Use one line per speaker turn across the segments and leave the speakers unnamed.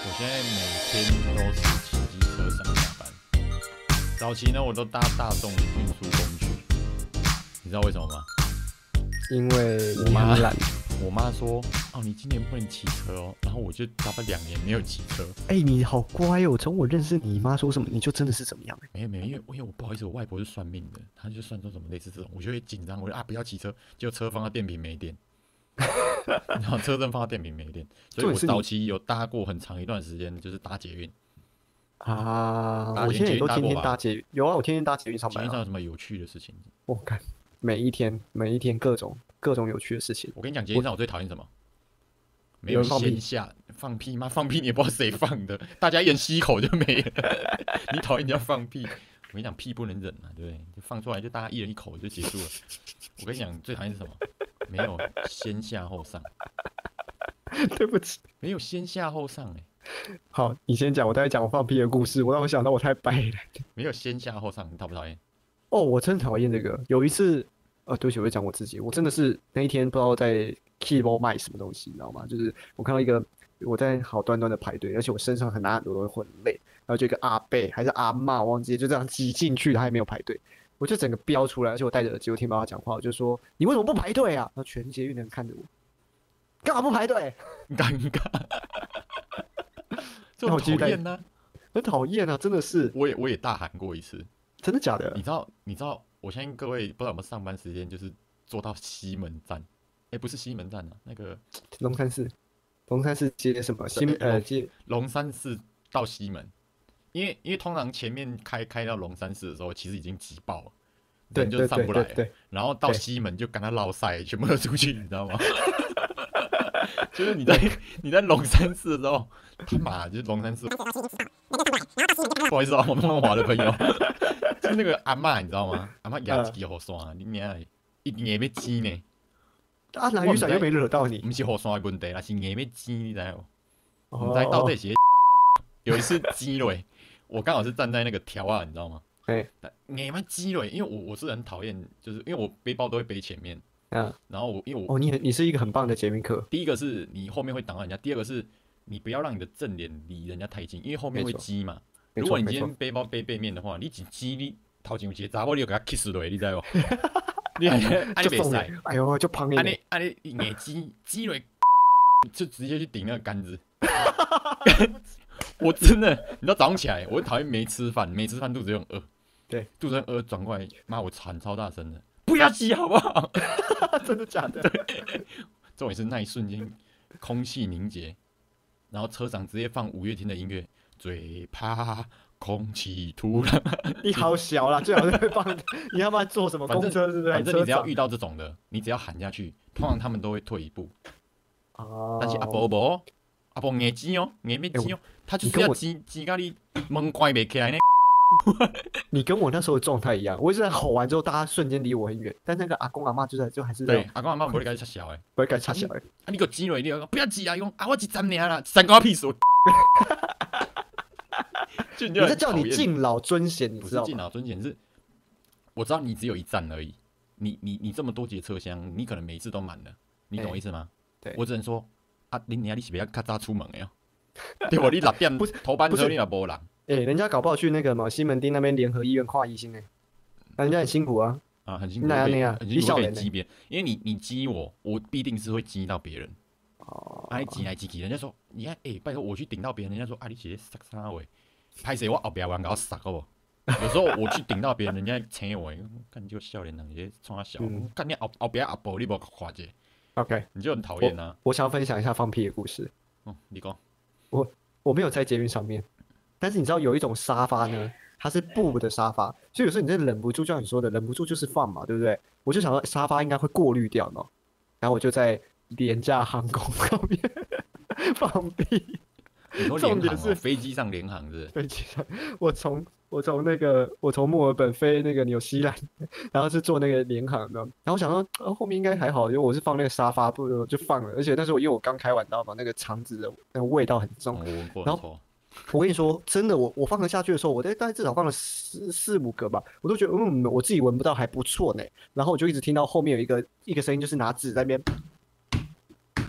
我现在每天都是骑机车上下班。早期呢，我都搭大众运输工具，你知道为什么吗？
因为你很懒。
我妈说：“哦，你今年不能骑车哦。”然后我就差不多2年没有骑车。
你好乖哦！从我认识你妈说什么，你就真的是怎么样？
没有，因为我不好意思，我外婆是算命的，她就算出什么类似这种，我就会紧张，我就不要骑车，结果车放到电瓶没电，然后车灯放到电瓶没电，所以我早期有搭过很长一段时间，就是搭捷运。
啊！我现在也都天天搭捷运，有啊，我天天搭捷运上班。
捷运上有什么有趣的事情？
我看每一天各种有趣的事情。
我跟你讲，捷运上我最讨厌什么？没有线下放屁吗？放屁你也不知道谁放的，大家一人吸一口就没了。你讨厌人家放屁？我跟你讲，屁不能忍啊，对不对？就放出来就大家一人一口就结束了。我跟你讲，最讨厌是什么？没有先下后上。
对不起，
没有先下后上
好，你先讲，我待会讲我放屁的故事。我让我想到我太白了。
没有先下后上，你讨不讨厌？
哦，我真讨厌这个。有一次，对不起，我会讲我自己。我真的是那一天不知道在 Keyboard 卖什么东西，你知道吗？就是我看到一个，我在好端端的排队，而且我身上拿很多东西，会很累。然后就一个阿伯还是阿嬷，忘记就这样挤进去，他还没有排队，我就整个飙出来，而且我戴着耳机，我听不到他讲话，我就说：“你为什么不排队啊？”然后全捷运的人看着我，干嘛不排队？
尴尬，这种讨厌呢？
很讨厌啊，真的是。
我也大喊过一次，
真的假的？
你知道，我相信各位不知道有没有上班时间，就是坐到西门站，不是西门站啊，那个
龙山寺接什么？接
龙山寺到西门，因为通常前面开到龙山寺的时候，其实已经挤爆了，人就上不来了。然后到西门就跟他绕赛，全部都出去，你知道吗？就是你在龙山寺的时候，他妈就是龙山寺。不好意思啊，我们华的朋友，就是那个阿嬷，你知道吗？阿嬷压一支雨伞，你娘一定会要挤呢。
拿雨伞又没惹到你，
不是雨伞的问题啦，是硬要挤，你知道吗？不知到底是有一次挤落，我刚好是站在那个条啊，你知道吗？硬要挤落，因为我是很讨厌，就是因为我背包都会背前面。然后因为我
你是一个很棒的捷运客。
第一个是你后面会挡到人家，第二个是你不要让你的正脸离人家太近，因为后面会挤嘛。如果你今天背包背背面的话，你一挤你头前有一个查某，你就给他 kiss 落，你知道不？你就袂使，
哎呦，就旁边。
你硬挤落，就直接去顶那个杆子。我真的，你知道早上起来，我很讨厌没吃饭肚子又很饿。
对，
肚子很饿，转过来，妈，我喊超大声的。不要挤好不好？
真的假的？
重点是那一瞬间，空气凝结，然后车长直接放5月天的音乐，最怕空气突然。
你好小啦，最好是放。你要不要坐什么公车？是不是？
反正你只要遇到这种的，你只要喊下去，通常他们都会退一步。但是阿伯硬挤哦，硬要挤哦，他就是要挤到你门关不起来呢。
你跟我那时候的状态一样，我一直在吼完之后，大家瞬间离我很远，但那个阿公阿嬷就还是
对阿公阿嬷不会跟他插小
不会跟他插小
你给我挤了，你不要挤啊！我一站年了，3关屁事。
你在叫你敬老尊贤，你知道吗？
不是敬老尊贤，是我知道你只有一站而已，你这么多节车厢，你可能每一次都满了，你懂我意思吗？
对，
我只能说你是不要较早出门的哟，对不？你6点头班车你也没人。
人家搞不好去那个嘛西门町那边联合医院跨医星人家很辛苦啊。
很辛苦。
那样，
很辛苦可以激别人，因为你激我必定是会激到别人。你挤来挤去，人家说你看，拜托我去顶到别人，人家说你直接杀啥喂？拍谁我后边玩搞杀好不？有时候我去顶到别人，人家请我，干就笑脸人，直接冲他笑，干你后边阿伯你无看者
，OK，
你就很讨厌啊。
我想要分享一下放屁的故事。
你讲。
我没有在捷运上面。但是你知道有一种沙发呢，它是布的沙发，所以有时候你真的忍不住，就像你说的，忍不住就是放嘛，对不对？我就想说沙发应该会过滤掉嘛，然后我就在廉价航空上面放屁。
你说联航是飞机上联航是？
飞机上，我从墨尔本飞那个纽西兰，然后是坐那个联航的，然后我想说后面应该还好，因为我是放那个沙发布就放了，而且那时候因为我刚开完刀嘛，那个肠子的那个味道很重，然后。我跟你说，真的，我放得下去的时候，我大概至少放了4、5个吧，我都觉得我自己闻不到还不错呢。然后我就一直听到后面有一个声音，就是拿纸在那边，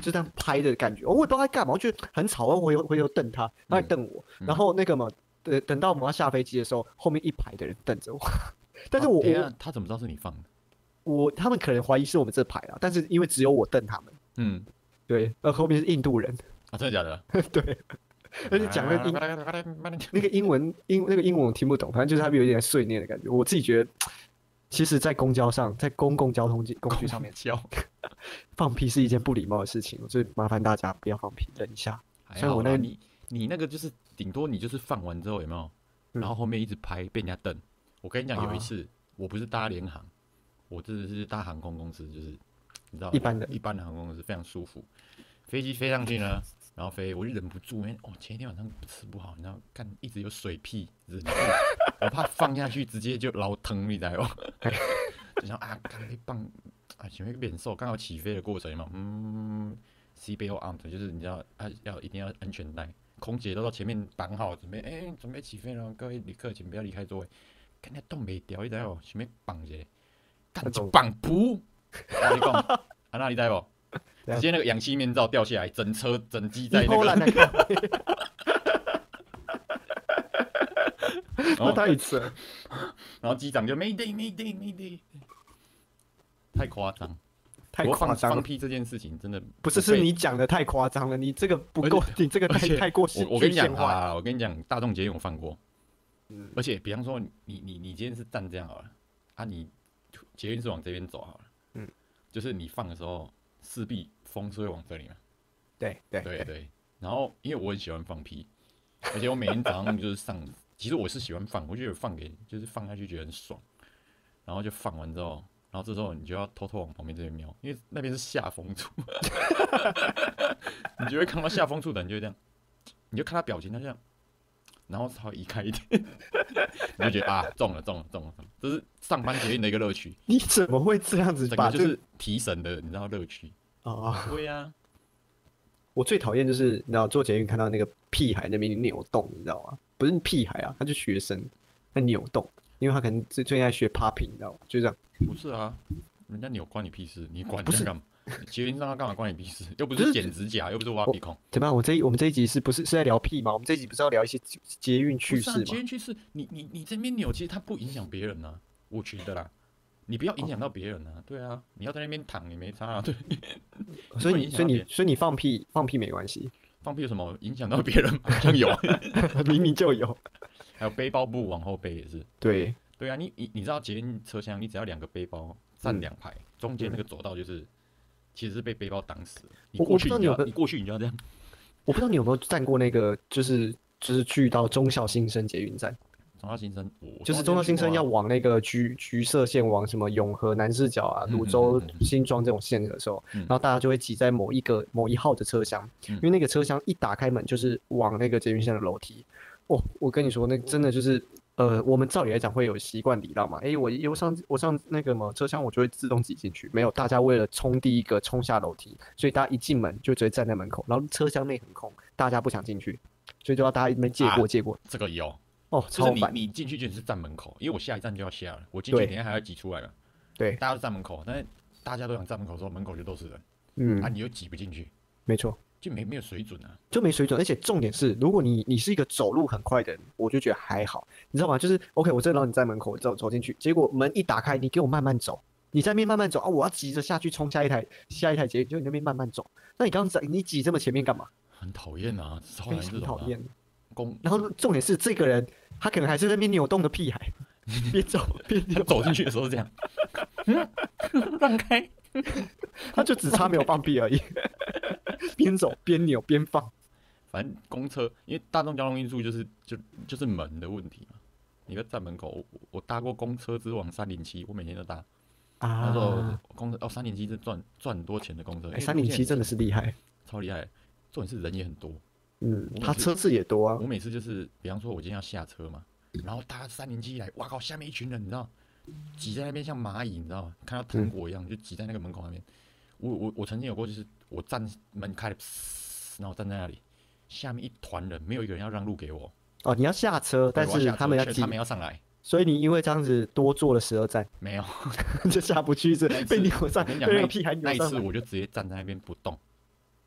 就这样拍的感觉，我也不知道他干嘛，我觉得很吵，我回头瞪他，他还瞪我，然后那个嘛，等到我们要下飞机的时候，后面一排的人瞪着我，但是
他怎么知道是你放的？
他们可能怀疑是我们这排啦，但是因为只有我瞪他们，对，后面是印度人
啊，真的假的？
对。而且讲那个英文我听不懂，反正就是他们有点碎念的感觉。我自己觉得，其实，在公交上，在公共交通工具上面放屁是一件不礼貌的事情，所以麻烦大家不要放屁，忍一下。
像我那个你那个就是顶多你就是放完之后有没有？然后后面一直拍被人家瞪。我跟你讲，有一次我不是搭联航，我真的是搭航空公司，就是你知道一般的航空公司非常舒服，飞机飞上去呢。然后飞，我就忍不住，因为前一天晚上吃不好，你知道，看一直有水屁，我怕放下去直接就老疼，你知道吗？就想啊，刚才放啊，想要免受刚好起飞的过程嘛，CBO on 就是你知道一定要安全带，空姐都到前面绑好，准备起飞了，各位旅客请不要离开座位，看那动没掉，你知道不？前面绑着，干就绑噗，我跟你讲，啊那你知道不？直接那个氧气面罩掉下来，整机在那个。
那太扯了。
然后机长就 Mayday， 太夸张，
太夸张。
放屁这件事情真的
不是你讲的太夸张了，你这个不够，你这个太过戏
我跟你讲啊，我跟你讲，大众捷运我放过。而且比方说你今天是站这样好了，啊你捷运是往这边走好了，就是你放的时候。势必风是会往这里嘛？对。然后因为我很喜欢放屁，而且我每天早上就是其实我是喜欢放，我觉得就是放下去觉得很爽。然后就放完之后，然后这时候你就要偷偷往旁边这边瞄，因为那边是下风处，你就会看到下风处的人就会这样，你就看他表情，他这样，然后稍微移开一点，你就觉得啊中了，这是上班捷运的一个乐趣。
你怎么会这样子？
整个就是提神的，你知道乐趣
啊？
对啊，我
最讨厌就是你知道坐捷运看到那个屁孩那边扭动，你知道吗？不是屁孩啊，他就学生，他扭动，因为他可能最近在学 popping， 你知道吗？就这样。
不是啊，人家扭关你屁事，你管人家干嘛？捷运上他干嘛关你屁事？又不是剪指甲，又不是挖鼻孔。
怎么样？我们这一集不是在聊屁吗？我们这一集不是要聊一些捷运趣事吗？
捷运趣事，你这边扭，其实它不影响别人啊，我觉得啦。你不要影响到别人啊，对啊，你要在那边躺也没差啊，对。
所以你放屁没关系，
放屁有什么影响到别人？好像有，
明明就有。
还有背包不往后背也是。
对
啊，你知道捷运车厢，你只要2个背包站2排，中间那个走道其实是被背包挡死了。你过去你就要这样。
我不知道你有没有站过那个，就是去到忠孝新生捷运站。
忠孝新生，
就是忠孝新生要往那个橘色线，往什么永和南势角啊、泸州、新庄这种线的时候，然后大家就会挤在某一号的车厢，因为那个车厢一打开门就是往那个捷运线的楼梯。我跟你说，那真的就是。我们照理来讲会有习惯礼让嘛？我上那个车厢，我就会自动挤进去。没有，大家为了冲第一个冲下楼梯，所以大家一进门就直接站在门口，然后车厢内很空，大家不想进去，所以就要大家一边借过。这
个有
超烦。
你进去就是站门口，因为我下一站就要下了，我进去等下还要挤出来了。
对，
大家都站门口，但是大家都想站门口的时候，门口就都是人。你又挤不进去。
没错。
就没有水准啊，
就没水准，而且重点是，如果你是一个走路很快的人，我就觉得还好，你知道吗？就是 OK， 我真的让你在门口走进去，结果门一打开，你给我慢慢走，你在那边慢慢走啊，我要急着下去冲下一台捷运，就你那边慢慢走，那你刚刚你挤这么前面干嘛？
很讨厌啊，
非常讨厌。
然
后重点是这个人，他可能还是在那边扭动的屁孩，边走边
走进去的时候是这样，让开。
他就只差没有放屁而已，边走边扭边放。
反正公车，因为大众交通运输就是门的问题嘛。你要站门口，我搭过公车直往307，我每天都搭。那时候公车307是赚很多钱的公车。
307真的是厉害，
超厉害。重点是人也很多。
他车次也多啊。
我每次就是，比方说我今天要下车嘛，然后搭307来，哇靠，下面一群人，你知道？挤在那边像蚂蚁，你知道吗？看到糖果一样，就挤在那个门口那边。我曾经有过，就是我站门开了，然后站在那里，下面一团人，没有一个人要让路给我。
你要下车，但是他们
要上来，
所以你因为这样子多坐了12站，
没有
就下不去，被扭上，被那个屁孩扭上。
那一次我就直接站在那边不动，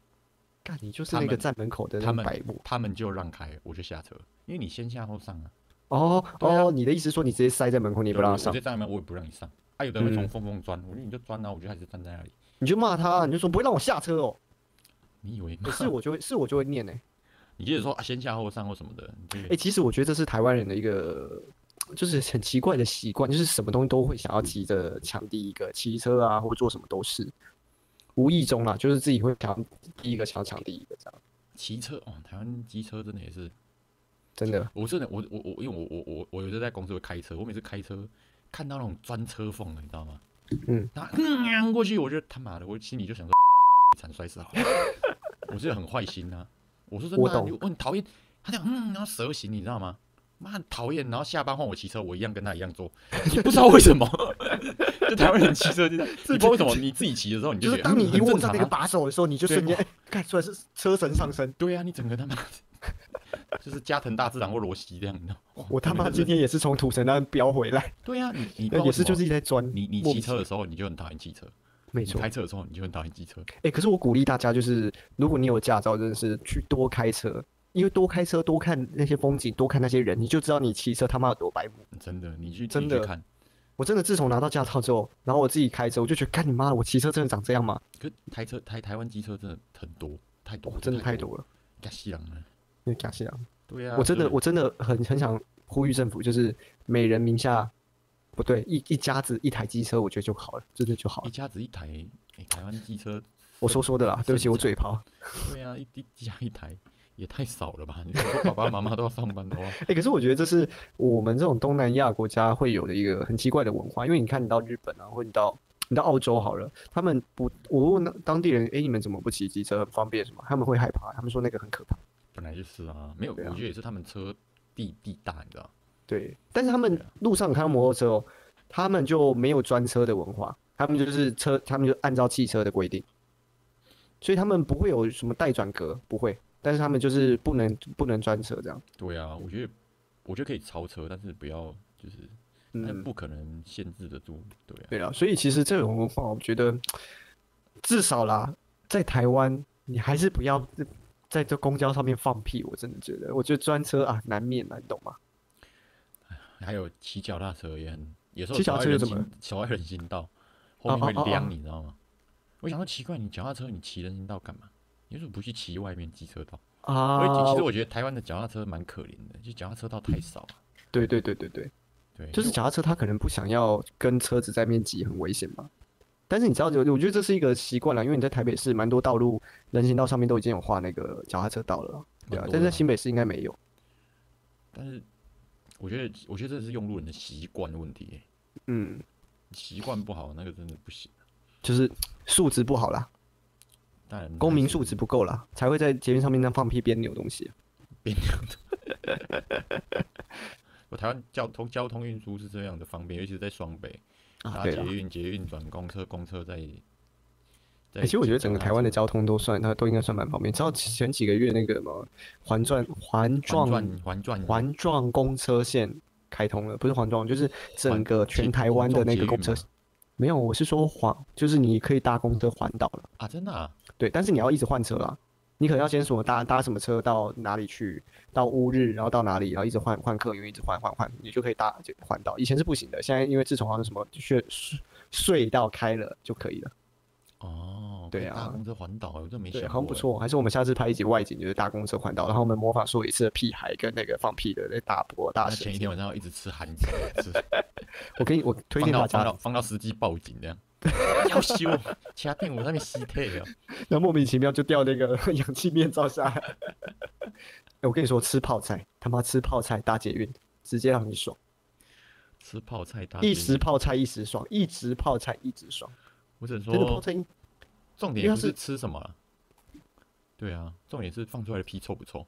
干你就是那个站门口的那个白目，
他们就让开，我就下车，因为你先下后上啊。
你的意思说你直接塞在门口，你不让他上？
我直接站在门，我也不让你上。有的人会从缝缝钻，我说你就钻啊，我就还是站在那里。
你就骂他，你就说不会让我下车哦。
你以为？
是我就会念
你接着说先下后上或什么的。
其实我觉得这是台湾人的一个，就是很奇怪的习惯，就是什么东西都会想要急着抢第一个，骑车啊或做什么都是，无意中啦，就是自己会抢第一个，想要抢第一个这样。
骑车台湾机车真的也是。
真的，
我真的因为我有时候在公司会开车，我每次开车看到那种钻车缝的，你知道吗？他过去，我就他妈的，我心里就想说，惨摔死好了。我是很坏心啊，我说真的，我很讨厌他这样然后蛇形，你知道吗？妈很讨厌，然后下班换我骑车，我一样跟他一样做，你不知道为什么？就台湾人骑车就是，你不知道为什么你自己骑的时候，你就觉得
当你一握上那个把手的时候，你就瞬间看出来是车神上身。
对啊，你整个他妈。就是加藤大自然或罗西这样，你知道？
我他妈今天也是从土城那边飙回来。
对啊，你
也是就是一直在钻。
你骑车的时候你就很讨厌汽车，
没错。
开车的时候你就很讨厌机车。
可是我鼓励大家，就是如果你有驾照，真的是去多开车，因为多开车多看那些风景，多看那些人，你就知道你骑车他妈有多白目。
真的，你去看。
我真的自从拿到驾照之后，然后我自己开车，我就觉得，干你妈的，我骑车真的长这样吗？
可台湾机车真的很多，太多，
真的太多了。
假西郎呢？
因为假西郎。
对啊，
我真的很想呼吁政府，就是每人名下不对一家子一台机车，我觉得就好了，真的就好了。
一家子一台，台湾机车，
我说的啦，对不起，我嘴炮。
对啊，一家一台也太少了吧？你说爸爸妈妈都要上班的话，
可是我觉得这是我们这种东南亚国家会有的一个很奇怪的文化，因为你看你到日本啊，或你到澳洲好了，他们不，我问当地人，你们怎么不骑机车？很方便什么？他们会害怕，他们说那个很可怕。
本来就是啊，没有，我觉得也是他们车地大，你知道？
对，但是他们路上看到摩托车哦，他们就没有专车的文化，他们就是他们就按照汽车的规定，所以他们不会有什么带转格，不会，但是他们就是不能专车这样。
对啊，我觉得可以超车，但是不要就是，但不可能限制得住，对啊。
对啊，所以其实这种文化，我觉得至少啦，在台湾你还是不要在这公交上面放屁，我真的觉得，我觉得专车啊难免啊，你懂吗？
还有骑脚踏车也很，有时候
骑脚踏车怎么
走在人行道，后面会凉，你知道吗？我想说奇怪，你脚踏车你骑人行道干嘛？你为什么不去骑外面机车道啊？其实我觉得台湾的脚踏车蛮可怜的，就脚踏车道太少了。
对，就是脚踏车他可能不想要跟车子在面挤，很危险嘛。但是你知道，我觉得这是一个习惯了，因为你在台北市蛮多道路人行道上面都已经有画那个脚踏车道了，对啊，但是在新北市应该没有。
但是我觉得这是用路人的习惯的问题。习惯不好，那个真的不行。
就是素质不好啦，
当然
公民素质不够啦，才会在捷运上面那放屁边扭东西。
边扭。我台湾交通运输是这样的方便，尤其是在双北。搭捷运转公车在。
其实我觉得整个台湾的交通都应该算蛮方便。知道前几个月那个嘛环状公车线开通了，不是环状，就是整个全台湾的那个公车。没有，我是说就是你可以搭公车环岛了
啊，真的啊？
对，但是你要一直换车啦。你可能要先说搭什么车到哪里去，到乌日，然后到哪里，然后一直换客源，一直换，你就可以环岛。以前是不行的，现在因为自从好像什么隧道开了就可以了。
哦，
对啊，
搭公车环岛，我真没想过。
好像不错，还是我们下次拍一集外景，就是搭公车环岛，然后我们模仿说一次的屁孩跟那个放屁的那大波大神。
前一天晚上一直吃韩子，
我推荐大家
放到司机报警这样。要修，其他店我那边吸退了，
然后莫名其妙就掉那个氧气面罩下来。我跟你说，吃泡菜，他妈吃泡菜搭捷运，直接让你爽。
吃泡菜搭捷运，
一时泡菜一时爽，一直泡菜一直爽。
我只能说，
真的泡菜，
重点不是吃什么了。对啊，重点是放出来的屁臭不臭。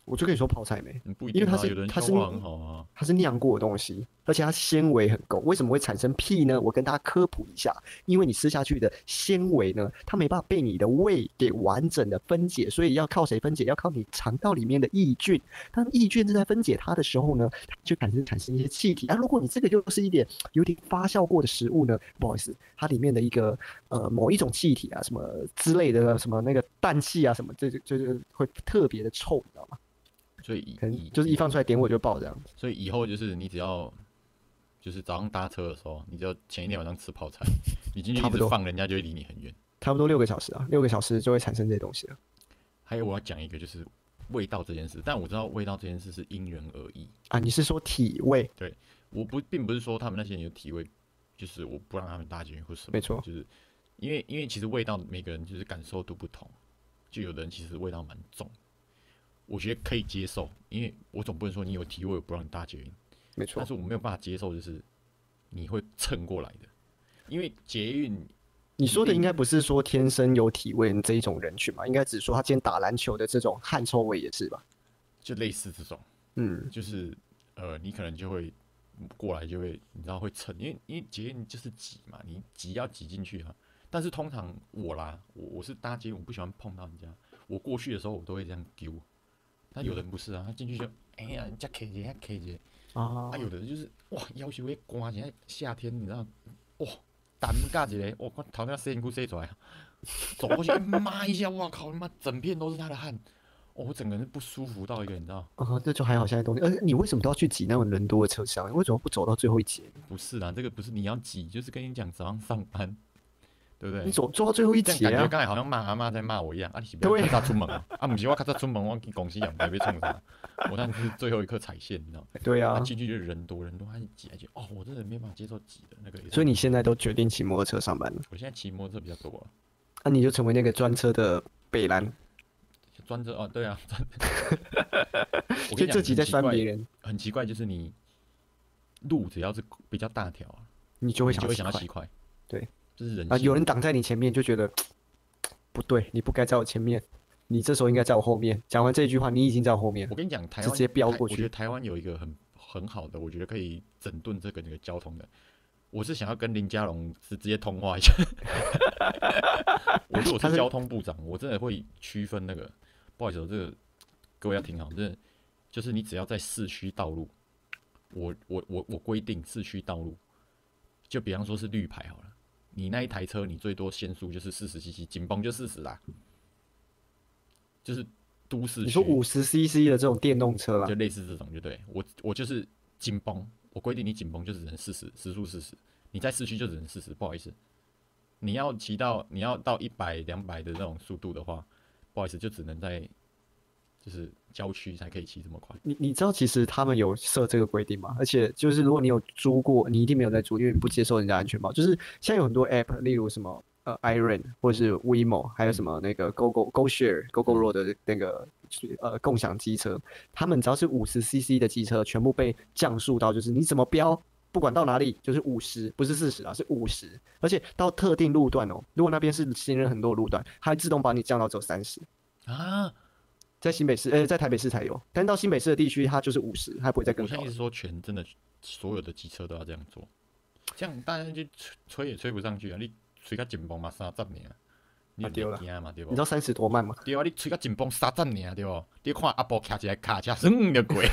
我就跟你说泡菜没，
不一定啊，有人消化很好啊。
它是酿过的东西，而且它纤维很够。为什么会产生屁呢？我跟大家科普一下，因为你吃下去的纤维呢，它没办法被你的胃给完整的分解，所以要靠谁分解？要靠你肠道里面的益菌。当益菌正在分解它的时候呢，它就产生一些气体。如果你这个就是一点有点发酵过的食物呢，不好意思，它里面的一个某一种气体啊，什么之类的，什么那个氮气啊，什么就是会特别的臭，你知道吗？
所以
可能就是一放出来点火就爆这样子。
所以以后就是你只要就是早上搭车的时候，你就前一天晚上吃泡菜，你进去一直放，人家就会离你很远。
差不多6个小时啊，6个小时就会产生这些东西了。
还有我要讲一个就是味道这件事，但我知道味道这件事是因人而异
啊。你是说体味？
对，并不是说他们那些人有体味，就是我不让他们搭捷运或什么。
没错，
就是因为其实味道每个人就是感受度不同，就有的人其实味道蛮重。我觉得可以接受，因为我总不能说你有体味我不让你搭捷运，
没错。
但是我没有办法接受，就是你会蹭过来的，因为捷运，
你说的应该不是说天生有体味这一种人群嘛？应该只说他今天打篮球的这种汗臭味也是吧？
就类似这种，就是你可能就会过来就会，你知道会蹭，因为捷运就是挤嘛，你要挤进去啊。但是通常我是搭捷运，我不喜欢碰到人家，我过去的时候我都会这样丢。但有人不是啊，他进去就哎呀，人家 K 姐 K 姐啊，有的人就是哇，要求会刮，现在夏天你知道，哇，胆尬起来，哇，我头那塞裤塞出来，走过去抹一下，哇靠，他妈整片都是他的汗，我整个人不舒服到一个，你知道？
这就还好，现在东西，你为什么都要去挤那种人多的车厢？为什么不走到最后一节？
不是啦，这个不是你要挤，就是跟你讲早上上班。对不对？
你坐到最后一节啊！
感觉刚才好像骂阿妈在骂我一样啊！你是不要咔嚓出门啊？不是我咔嚓出门，我跟公司一样，被冲啥？我那是最后一刻踩线，你知道？
对啊，
进去就人多，他一挤来挤，我真的没办法接受挤的那个。
所以你现在都决定骑摩托车上班了？
我现在骑摩托车比较多了。
那你就成为那个专车的北兰。
专车对啊，
我跟你讲，这集在酸别人，
很奇怪，就是你路只要是比较大条啊，
你就会想
要骑快。
对。
就是人
有人挡在你前面，就觉得不对，你不该在我前面，你这时候应该在我后面。讲完这句话，你已经在我后面。
我跟你讲，台湾
直接飙过去。
我觉得台湾有一个很好的，我觉得可以整顿这个交通的。我是想要跟林佳龙直接通话一下。如果是交通部长，我真的会区分那个。不好意思，这个各位要听好，真的就是你只要在市区道路，我规定市区道路，就比方说是绿牌好了。你那一台车，你最多限速就是40cc，紧绷就40啦，就是都市区。
你说50cc 的这种电动车啦，
就类似这种，就对我就是紧绷，我规定你紧绷就只能40，时速40，你在市区就只能40，不好意思，你要到100、200的那种速度的话，不好意思，就只能在就是郊区才可以骑这么快。
你知道其实他们有设这个规定吗？而且就是如果你有租过，你一定没有在租，因为你不接受人家安全帽。就是现在有很多 app， 例如什么iRent 或者是 WeMo， 还有什么那个 GoGoRoad 的那个共享机车，他们只要是50cc 的机车，全部被降速到就是你怎么标，不管到哪里就是50，不是40啊，是50。而且到特定路段哦，如果那边是行人很多的路段，它会自动把你降到只有30
啊。
在新北市，在台北市才有，但到新北市的地区，它就是50，它不会再更高。
我现在意思说，真的所有的机车都要这样做，这样大家就吹也吹不上去啊！你吹个紧绷嘛，30年，你
丢了
嘛，对不？
你知道30多慢吗？
对啊，你吹个紧绷30年，对不？你看阿伯骑一台卡车，就过。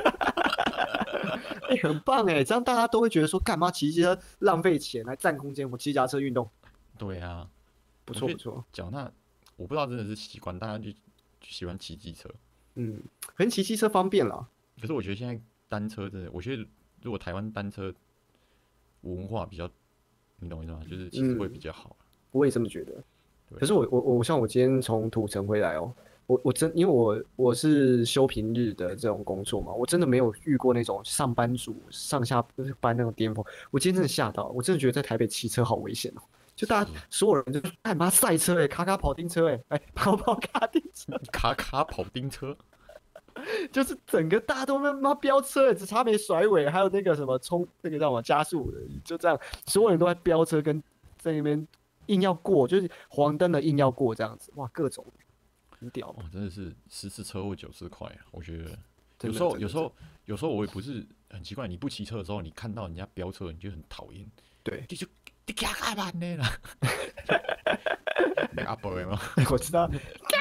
很棒哎，这样大家都会觉得说，干嘛骑机车浪费钱来占空间？我骑脚车运动。
对啊，
不错不错。
脚踏，我不知道真的是习惯，大家就喜欢骑机车。
可能骑机车方便啦。
可是我觉得现在单车真的，我觉得如果台湾单车文化比较，你懂我意思吗？就是其实会比较好。
我也这么觉得。可是我像我今天从土城回来哦，因为我是休平日的这种工作嘛，我真的没有遇过那种上班族上下班那种巅峰。我今天真的吓到，我真的觉得在台北骑车好危险哦。就大家所有人就干嘛赛车卡卡跑丁车跑卡丁车，
卡卡跑丁车，
就是整个大家都他妈飙车，只差没甩尾，还有那个什么冲那个叫什么加速的，就这样，所有人都在飙车，跟在那边硬要过，就是黄灯的硬要过这样子，哇，各种。 很屌。
哦，真的是10次车祸9次快啊！我觉得有时候我也不是很奇怪，你不骑车的时候，你看到人家飙车，你就很讨厌。
对，
你加开慢的啦，那个阿伯有没有？
我知道。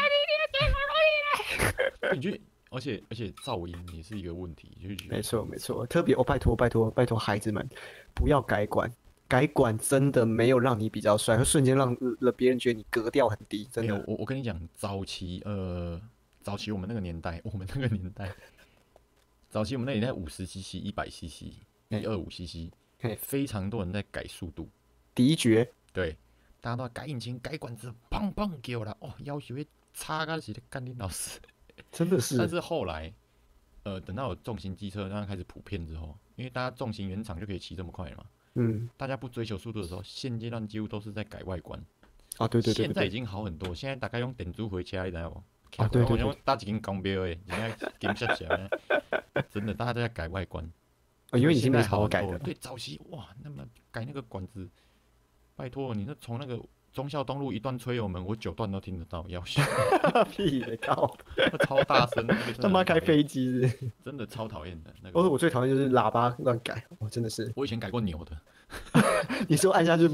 你就而且噪音也是一个问题，就是觉得
没错，特别拜托孩子们，不要改管。改管真的没有让你比较帅，会瞬间让别人觉得你格调很低，真的。
我跟你讲，早期我们那个年代，早期我们那年代50cc、100cc、125cc，非常多人在改速度。
敌绝。
对，大家都在改引擎、改管子，砰砰给我啦！哦，要求会差个是干你老师，
真的是。
但是后来，等到有重型机车让它开始普遍之后，因为大家重型原厂就可以骑这么快了嘛。大家不追求速度的时候，现阶段几乎都是在改外观。
啊，对。
现在已经好很多，现在大概用电阻回车，你知道不？
啊，对。
搭一根钢标诶，人家金下起来，真的，大家都在改外观。
因为已经没什么好改的。
对，早期哇，那么改那个管子，拜托你那从那个忠孝东路一段吹油门，我9段都听得到，要死！
屁的靠！
超大声，
他妈开飞机是
真的超讨厌的那个。
我最讨厌就是喇叭乱改，真的是。
我以前改过扭的。
你说按下去，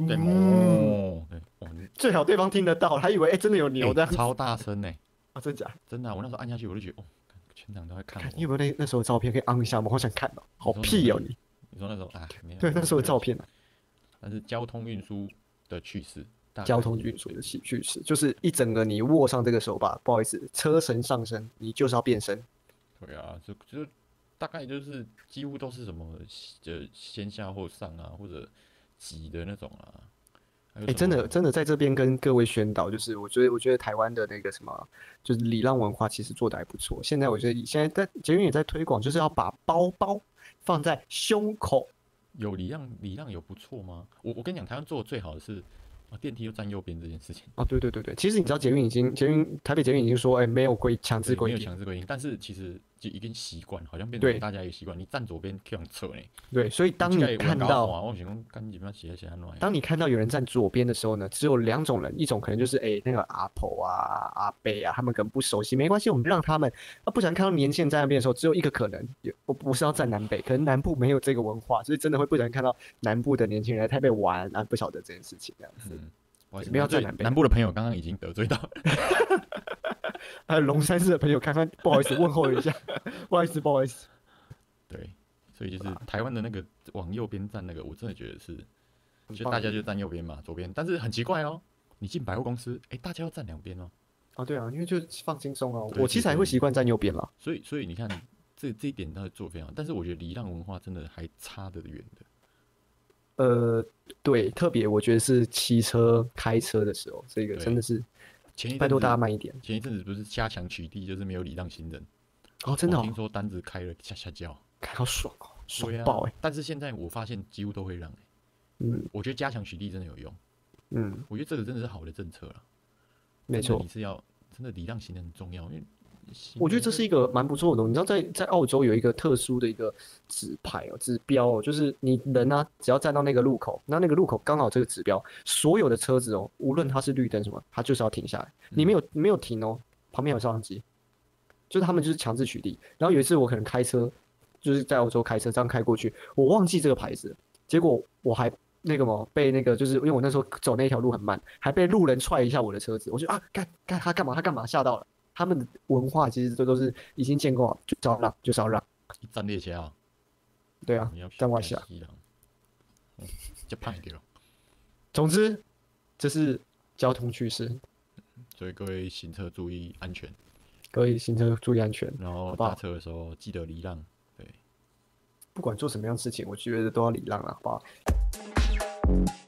最好对方听得到，还以为真的有牛的，
超大声呢。
啊，真假？
真的，我那时候按下去，我就觉得全场都在看我。
你有没有那时候的照片可以按一下吗？好想看哦，好屁哦你。
你说那时候啊？
对，那时候的照片啊。
但是交通运输的趋势。
交通运输的趋势就是一整个你握上这个手把，不好意思，车神上身，你就是要变身。
对啊，就大概就是几乎都是什么先下后上啊，或者挤的那种啊。
真的在这边跟各位宣导，就是我觉得台湾的那个什么，就是礼让文化其实做得还不错。现在我觉得现在在捷运也在推广，就是要把包包放在胸口。
有礼让有不错吗？我跟你讲，台湾做的最好的是。电梯又站右边这件事情
对，其实你知道台北捷运已经说，没有强制规定，
没有强制规定，但是其实就已经习惯，好像变成大家一个习惯，你站左边这样侧呢。
对，所以当你看到有人站左边的时候呢，只有2种人，一种可能就是那个阿婆啊、阿伯啊，他们可能不熟悉，没关系，我们让他们。不想看到年轻人在那边的时候，只有一个可能，我不是要站南北，可能南部没有这个文化，所以真的会不想看到南部的年轻人来台北玩啊，不晓得这件事情这样子。
不要在南部的朋友刚刚已经得罪到了，
还有龙山寺的朋友，看看不好意思问候一下，不好意思。
对，所以就是台湾的那个往右边站那个，我真的觉得是，就大家就站右边嘛，左边。但是很奇怪哦，你进百货公司，大家要站2边哦。
对啊，因为就放轻松哦。我其实还会习惯站右边啦。
所以你看这一点他做非常好，但是我觉得礼让文化真的还差得远的。
对，特别我觉得是骑车、开车的时候，这个真的是，拜托大家慢一点。
前一阵子不是加强取缔，就是没有礼让行人。
真的。
听说单子开了下叫，
开好爽哦，爽爆
但是现在我发现几乎都会让我觉得加强取缔真的有用。我觉得这个真的是好的政策了。
没错，
你是要真的礼让行人很重要，因为。
我觉得这是一个蛮不错的东西。你知道在澳洲有一个特殊的一个指标就是你人啊，只要站到那个路口，那个路口刚好这个指标，所有的车子无论它是绿灯什么，它就是要停下来。你没有停旁边有照相机，就是他们就是强制取缔。然后有一次我可能开车，就是在澳洲开车这样开过去，我忘记这个牌子，结果我还被那个就是因为我那时候走那条路很慢，还被路人踹一下我的车子，我就干他干嘛吓到了。他们的文化其实这都是已经见过了，就是要让。
站列车啊。
对啊，站外下。
就判掉。
总之，这是交通趋势。
所以各位行车注意安全。
然
后搭车的时候记得礼让。对。
不管做什么样的事情，我觉得都要礼让了，好不好？